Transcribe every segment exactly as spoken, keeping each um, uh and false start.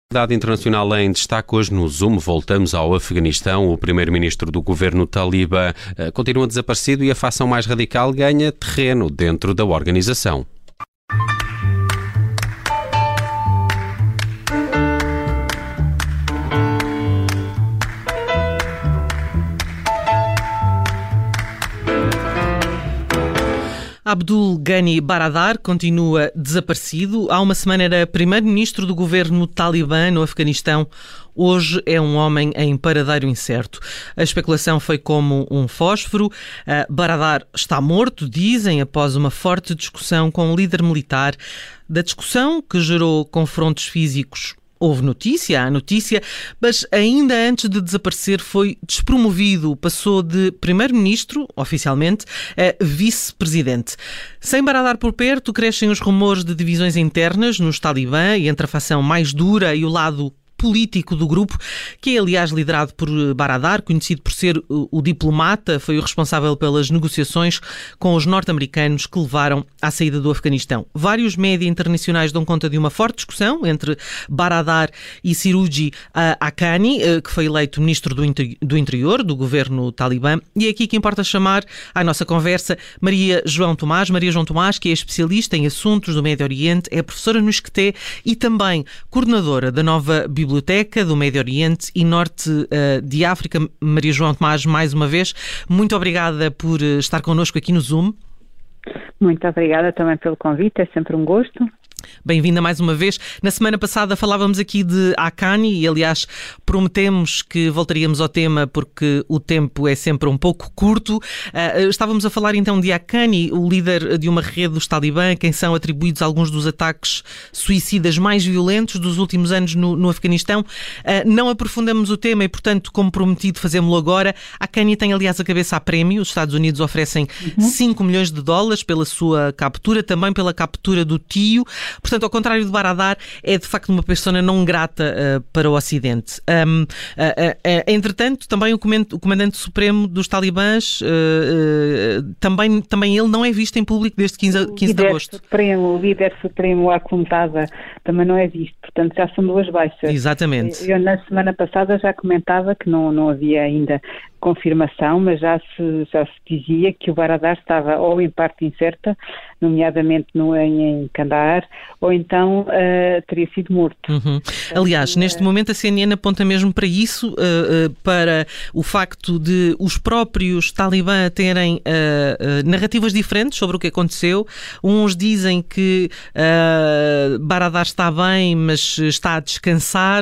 Atualidade internacional em destaque hoje no Zoom. Voltamos ao Afeganistão. O primeiro-ministro do governo talibã uh, continua desaparecido e a facção mais radical ganha terreno dentro da organização. Abdul Ghani Baradar continua desaparecido. Há uma semana era primeiro-ministro do governo talibã no Afeganistão. Hoje é um homem em paradeiro incerto. A especulação foi como um fósforo. Uh, Baradar está morto, dizem, após uma forte discussão com o líder militar. Da discussão, que gerou confrontos físicos, houve notícia, há notícia, mas ainda antes de desaparecer foi despromovido, passou de primeiro-ministro, oficialmente, a vice-presidente. Sem Baradar por perto, crescem os rumores de divisões internas nos talibã e entre a facção mais dura e o lado político do grupo, que é, aliás, liderado por Baradar, conhecido por ser o, o diplomata, foi o responsável pelas negociações com os norte-americanos que levaram à saída do Afeganistão. Vários média internacionais dão conta de uma forte discussão entre Baradar e Siruji Haqqani, que foi eleito ministro do, inter... do interior do governo talibã. E é aqui que importa chamar à nossa conversa Maria João Tomás. Maria João Tomás, que é especialista em assuntos do Médio Oriente, é professora no Esqueté e também coordenadora da nova biblioteca Biblioteca do Médio Oriente e Norte uh, de África. Maria João Tomás, mais uma vez, muito obrigada por uh, estar connosco aqui no Zoom. Muito obrigada também pelo convite, é sempre um gosto. Bem-vinda mais uma vez. Na semana passada falávamos aqui de Haqqani e, aliás, prometemos que voltaríamos ao tema porque o tempo é sempre um pouco curto. Uh, estávamos a falar então de Haqqani, o líder de uma rede dos talibã, quem são atribuídos alguns dos ataques suicidas mais violentos dos últimos anos no, no Afeganistão. Uh, não aprofundamos o tema e, portanto, como prometido, fazemos-lo agora. Haqqani tem, aliás, a cabeça a prémio. Os Estados Unidos oferecem uhum. cinco milhões de dólares pela sua captura, também pela captura do tio. Portanto, ao contrário de Baradar, é de facto uma persona não grata uh, para o Ocidente. Um, uh, uh, uh, entretanto, também o, comandante, o comandante supremo dos talibãs, uh, uh, também, também ele não é visto em público desde quinze, quinze de agosto. Supremo, o líder supremo, a contada, também não é visto. Portanto, já são duas baixas. Exatamente. Eu, na semana passada, já comentava que não, não havia ainda confirmação, mas já se, já se dizia que o Baradar estava ou em parte incerta, nomeadamente no, em, em Kandahar, ou então uh, teria sido morto. Uhum. Aliás, uh, neste momento a C N N aponta mesmo para isso, uh, uh, para o facto de os próprios talibã terem uh, uh, narrativas diferentes sobre o que aconteceu. Uns dizem que uh, Baradar está bem, mas está a descansar,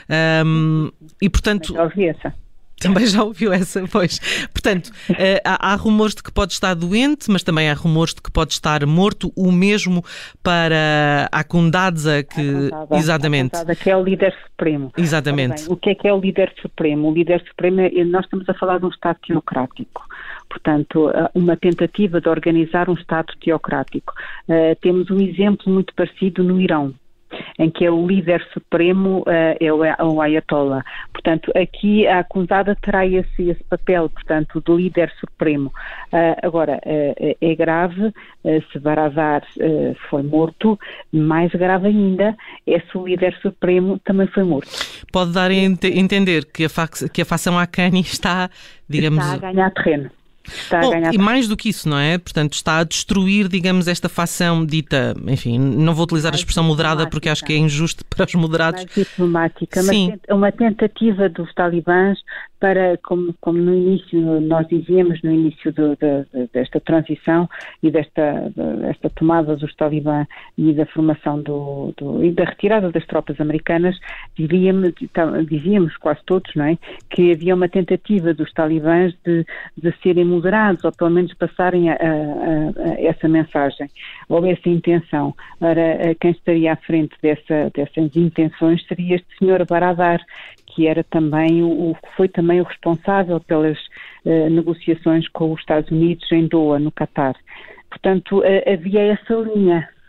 um, e portanto... Já ouvi essa. Também já ouviu essa, pois. Portanto, há, há rumores de que pode estar doente, mas também há rumores de que pode estar morto, o mesmo para Akhundadza, que... Akhundadza, exatamente. Akhundadza, que é o líder supremo. Exatamente. Bem, o que é que é o líder supremo? O líder supremo, é, nós estamos a falar de um Estado teocrático. Portanto, uma tentativa de organizar um Estado teocrático. Uh, temos um exemplo muito parecido no Irão, em que é o líder supremo, uh, é o, o Ayatollah. Portanto, aqui a acusada terá esse, esse papel, portanto, de líder supremo. Uh, agora, uh, é grave uh, se Baradar uh, foi morto, mais grave ainda é se o líder supremo também foi morto. Pode dar a ent- entender que a, fac- que a facção Haqqani está, digamos... Está a ganhar terreno. Bom, e mais do que isso, não é? Portanto, está a destruir, digamos, esta facção dita, enfim, não vou utilizar a expressão moderada porque acho que é injusto para os moderados. Mais diplomática, Sim. Mas uma tentativa dos talibãs para, como, como no início, nós dizíamos, no início do, de, desta transição e desta, desta tomada dos talibã e da formação do, do, e da retirada das tropas americanas, dizíamos, dizíamos quase todos, não é? Que havia uma tentativa dos talibãs de, de serem moderados, ou pelo menos passarem a, a, a essa mensagem, ou essa intenção. Ora, quem estaria à frente dessa, dessas intenções seria este senhor Baradar, que era também o, foi também o responsável pelas uh, negociações com os Estados Unidos em Doha, no Catar. Portanto, uh, havia essa linha.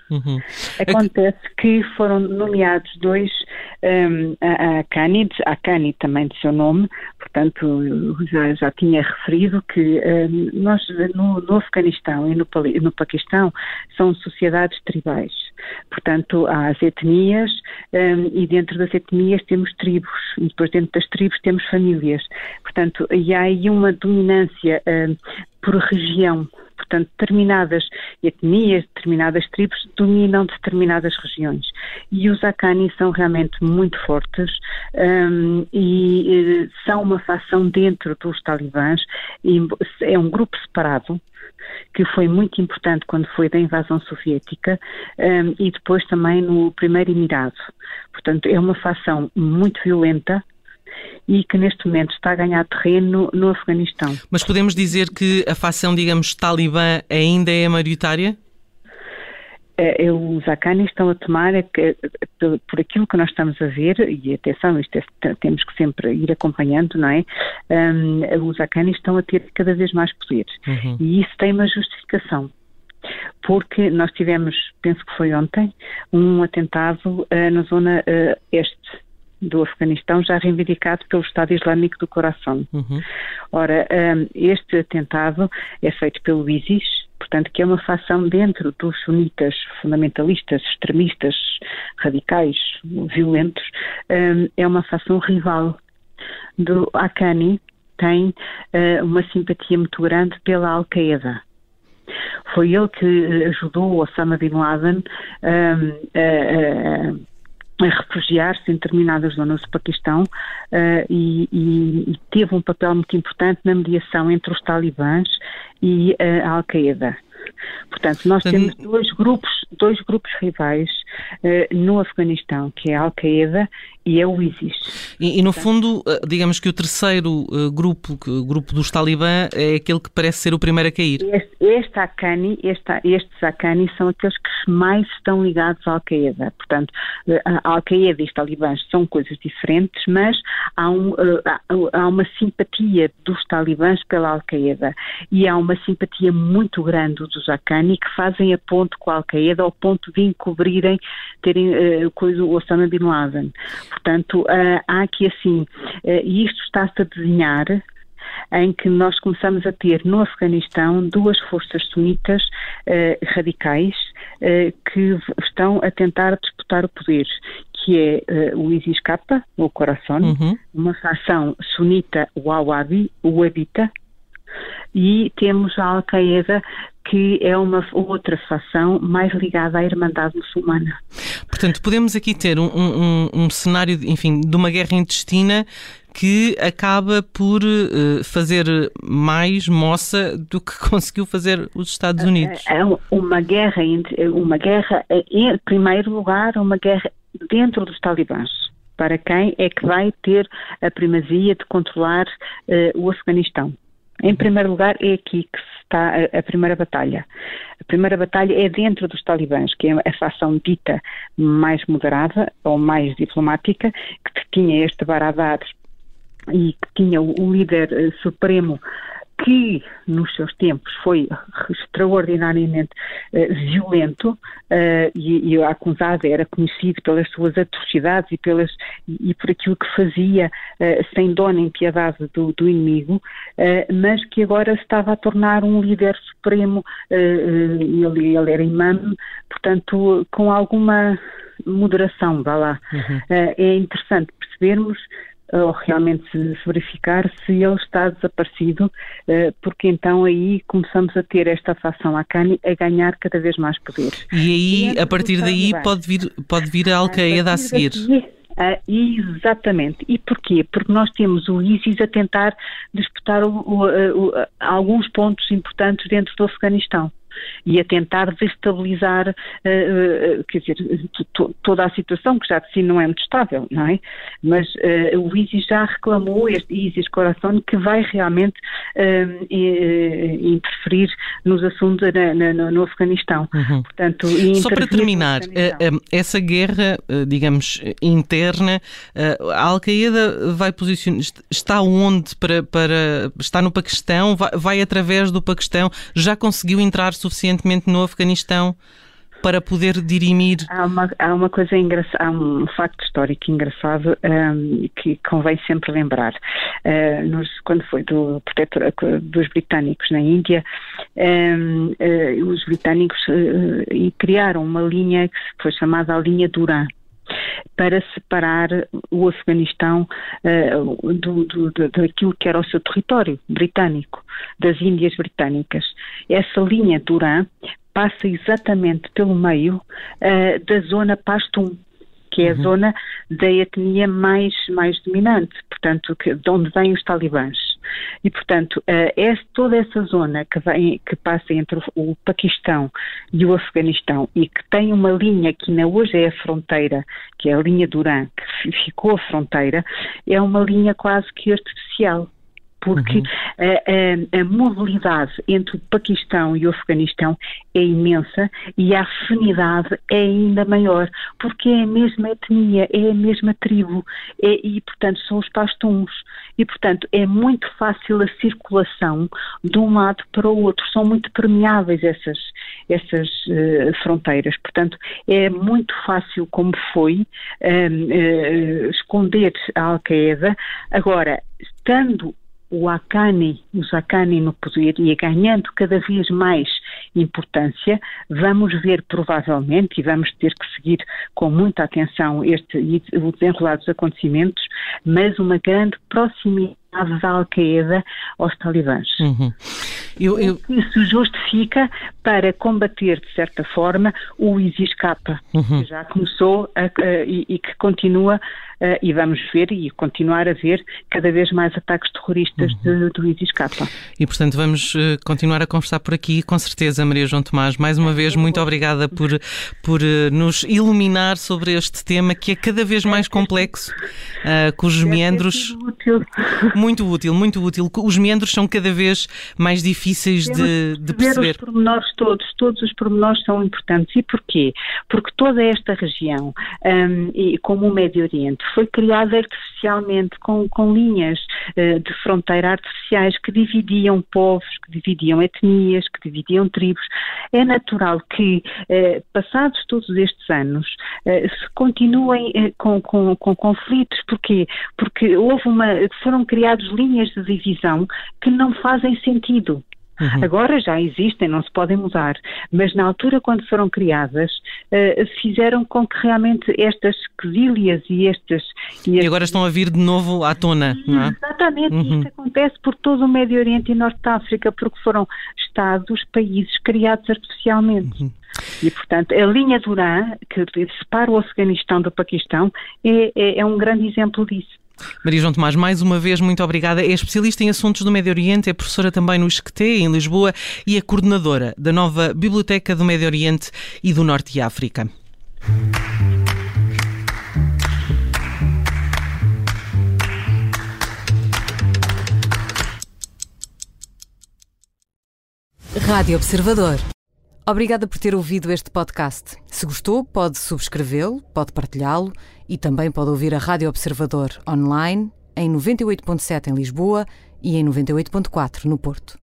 Uhum. Acontece que foram nomeados dois, um, a Haqqani, a Haqqani também de seu nome, portanto já, já tinha referido que um, nós no, no Afeganistão e no, no Paquistão são sociedades tribais, portanto há as etnias um, e dentro das etnias temos tribos, e depois dentro das tribos temos famílias, portanto e há aí uma dominância um, por região. Portanto, determinadas etnias, determinadas tribos dominam determinadas regiões. E os Haqqani são realmente muito fortes um, e são uma facção dentro dos talibãs. E é um grupo separado, que foi muito importante quando foi da invasão soviética um, e depois também no primeiro Emirado. Portanto, é uma facção muito violenta e que neste momento está a ganhar terreno no Afeganistão. Mas podemos dizer que a facção, digamos, talibã ainda é maioritária? É, os Haqqani estão a tomar, é, por aquilo que nós estamos a ver, e atenção, isto é, temos que sempre ir acompanhando, não é? Um, os Haqqani estão a ter cada vez mais poder. Uhum. E isso tem uma justificação. Porque nós tivemos, penso que foi ontem, um atentado uh, na zona uh, este do Afeganistão, já reivindicado pelo Estado Islâmico do Khorasan. Uhum. Ora, um, este atentado é feito pelo ISIS, portanto, que é uma facção dentro dos sunitas fundamentalistas, extremistas, radicais, violentos, um, é uma facção rival do Haqqani, tem uh, uma simpatia muito grande pela Al-Qaeda. Foi ele que ajudou Osama Bin Laden um, a, a a refugiar-se em determinadas zonas do Paquistão uh, e, e, e teve um papel muito importante na mediação entre os talibãs e uh, a Al-Qaeda. Portanto, nós temos dois grupos, dois grupos rivais uh, no Afeganistão, que é a Al-Qaeda e é o ISIS. E, e no fundo, digamos que o terceiro uh, grupo, o grupo dos talibã, é aquele que parece ser o primeiro a cair. Este, este Haqqani, este, estes Haqqani são aqueles que mais estão ligados à Al-Qaeda. Portanto, a Al-Qaeda e os talibãs são coisas diferentes, mas há, um, uh, há, há uma simpatia dos talibãs pela Al-Qaeda e há uma simpatia muito grande dos Haqqani que fazem a ponte com a Al-Qaeda ao ponto de encobrirem, terem uh, coisa, o Osama Bin Laden. Portanto, uh, há aqui assim, uh, e isto está-se a desenhar em que nós começamos a ter no Afeganistão duas forças sunitas uh, radicais uh, que estão a tentar disputar o poder, que é uh, o ISIS-K, o Khorasan, uhum. uma facção sunita Wahhabi, o Wahhabita, e temos a Al-Qaeda, que é uma outra facção mais ligada à Irmandade Muçulmana. Portanto, podemos aqui ter um, um, um cenário, enfim, de uma guerra intestina que acaba por uh, fazer mais moça do que conseguiu fazer os Estados Unidos. É uma guerra, uma guerra, em primeiro lugar, uma guerra dentro dos talibãs. Para quem é que vai ter a primazia de controlar uh, o Afeganistão? Em primeiro lugar, é aqui que está a, a primeira batalha. A primeira batalha é dentro dos talibãs, que é a facção dita mais moderada ou mais diplomática, que tinha este Baradar e que tinha o, o líder uh, supremo, que nos seus tempos foi extraordinariamente uh, violento uh, e, e o acusado era conhecido pelas suas atrocidades e, pelas, e, e por aquilo que fazia uh, sem dó nem piedade do, do inimigo, uh, mas que agora se estava a tornar um líder supremo, uh, uh, ele, ele era imã, portanto com alguma moderação, vá lá. Uhum. Uh, é interessante percebermos ou realmente se verificar se ele está desaparecido, porque então aí começamos a ter esta facção Haqqani a ganhar cada vez mais poder. E aí, a partir daí, pode vir, pode vir a Al-Qaeda a, a seguir. Daqui, uh, exatamente. E porquê? Porque nós temos o ISIS a tentar disputar o, o, o, alguns pontos importantes dentro do Afeganistão e a tentar desestabilizar, uh, uh, quer dizer, to, toda a situação, que já de si não é muito estável, não é? Mas uh, o ISIS já reclamou, este ISIS-Khorasan, que vai realmente uh, uh, interferir nos assuntos na, na, no Afeganistão. Uhum. Portanto, só para terminar, uh, essa guerra, uh, digamos, interna, uh, a Al-Qaeda vai posicionar, está onde para, para, está no Paquistão, vai, vai através do Paquistão, já conseguiu entrar suficientemente no Afeganistão? para poder dirimir? Há uma, há uma coisa engraçada, há um facto histórico engraçado um, que convém sempre lembrar. Uh, nos, quando foi do protetor, dos britânicos na Índia, um, uh, os britânicos uh, criaram uma linha que foi chamada a linha Duran, para separar o Afeganistão uh, do, do, do, daquilo que era o seu território britânico, das Índias britânicas. Essa linha Duran passa exatamente pelo meio uh, da zona Pashtun, que é a uhum. zona da etnia mais, mais dominante, portanto, que, de onde vêm os talibãs. E, portanto, uh, é toda essa zona que, vem, que passa entre o, o Paquistão e o Afeganistão e que tem uma linha que ainda hoje é a fronteira, que é a linha Duran, que ficou a fronteira, é uma linha quase que artificial. Porque uhum. a, a, a mobilidade entre o Paquistão e o Afeganistão é imensa e a afinidade é ainda maior, porque é a mesma etnia, é a mesma tribo, é, e, portanto, são os pastuns. E, portanto, é muito fácil a circulação de um lado para o outro. São muito permeáveis essas, essas uh, fronteiras. Portanto, é muito fácil, como foi, um, uh, esconder a Al-Qaeda. Agora, estando o Haqqani, os Haqqani no poder e ganhando cada vez mais importância, vamos ver provavelmente, e vamos ter que seguir com muita atenção este, o desenrolar dos acontecimentos, mas uma grande proximidade da Al-Qaeda aos talibãs. Uhum. Eu, eu... Isso justifica para combater, de certa forma, o ISIS-K, uhum. que já começou a, a, e, e que continua, a, e vamos ver e continuar a ver cada vez mais ataques terroristas uhum. de, do ISIS-K. E, portanto, vamos uh, continuar a conversar por aqui, com certeza, Maria João Tomás. Mais uma vez, muito obrigada por, por uh, nos iluminar sobre este tema que é cada vez mais complexo, uh, cujos meandros... Muito útil, muito útil. Os meandros são cada vez mais difíceis de, de perceber. Os pormenores todos, todos os pormenores são importantes. E porquê? Porque toda esta região, um, e como o Médio Oriente, foi criada artificialmente com, com linhas uh, de fronteira artificiais que dividiam povos, que dividiam etnias, que dividiam tribos. É natural que, uh, passados todos estes anos, uh, se continuem uh, com, com, com conflitos. Porquê? Porque houve uma, foram criadas linhas de divisão que não fazem sentido. Uhum. Agora já existem, não se podem mudar, mas na altura quando foram criadas uh, fizeram com que realmente estas quesílias e estas... E, e agora estão a vir de novo à tona, não é? Exatamente, uhum. Isto acontece por todo o Médio Oriente e Norte de África, porque foram Estados, países criados artificialmente. Uhum. E, portanto, a linha Duran, que separa o Afeganistão do Paquistão, é, é, é um grande exemplo disso. Maria João Tomás, mais uma vez, muito obrigada. É especialista em assuntos do Médio Oriente, é professora também no I S C T E, em Lisboa, e é coordenadora da nova Biblioteca do Médio Oriente e do Norte de África. Rádio Observador. Obrigada por ter ouvido este podcast. Se gostou, pode subscrevê-lo, pode partilhá-lo e também pode ouvir a Rádio Observador online em noventa e oito ponto sete em Lisboa e em noventa e oito ponto quatro no Porto.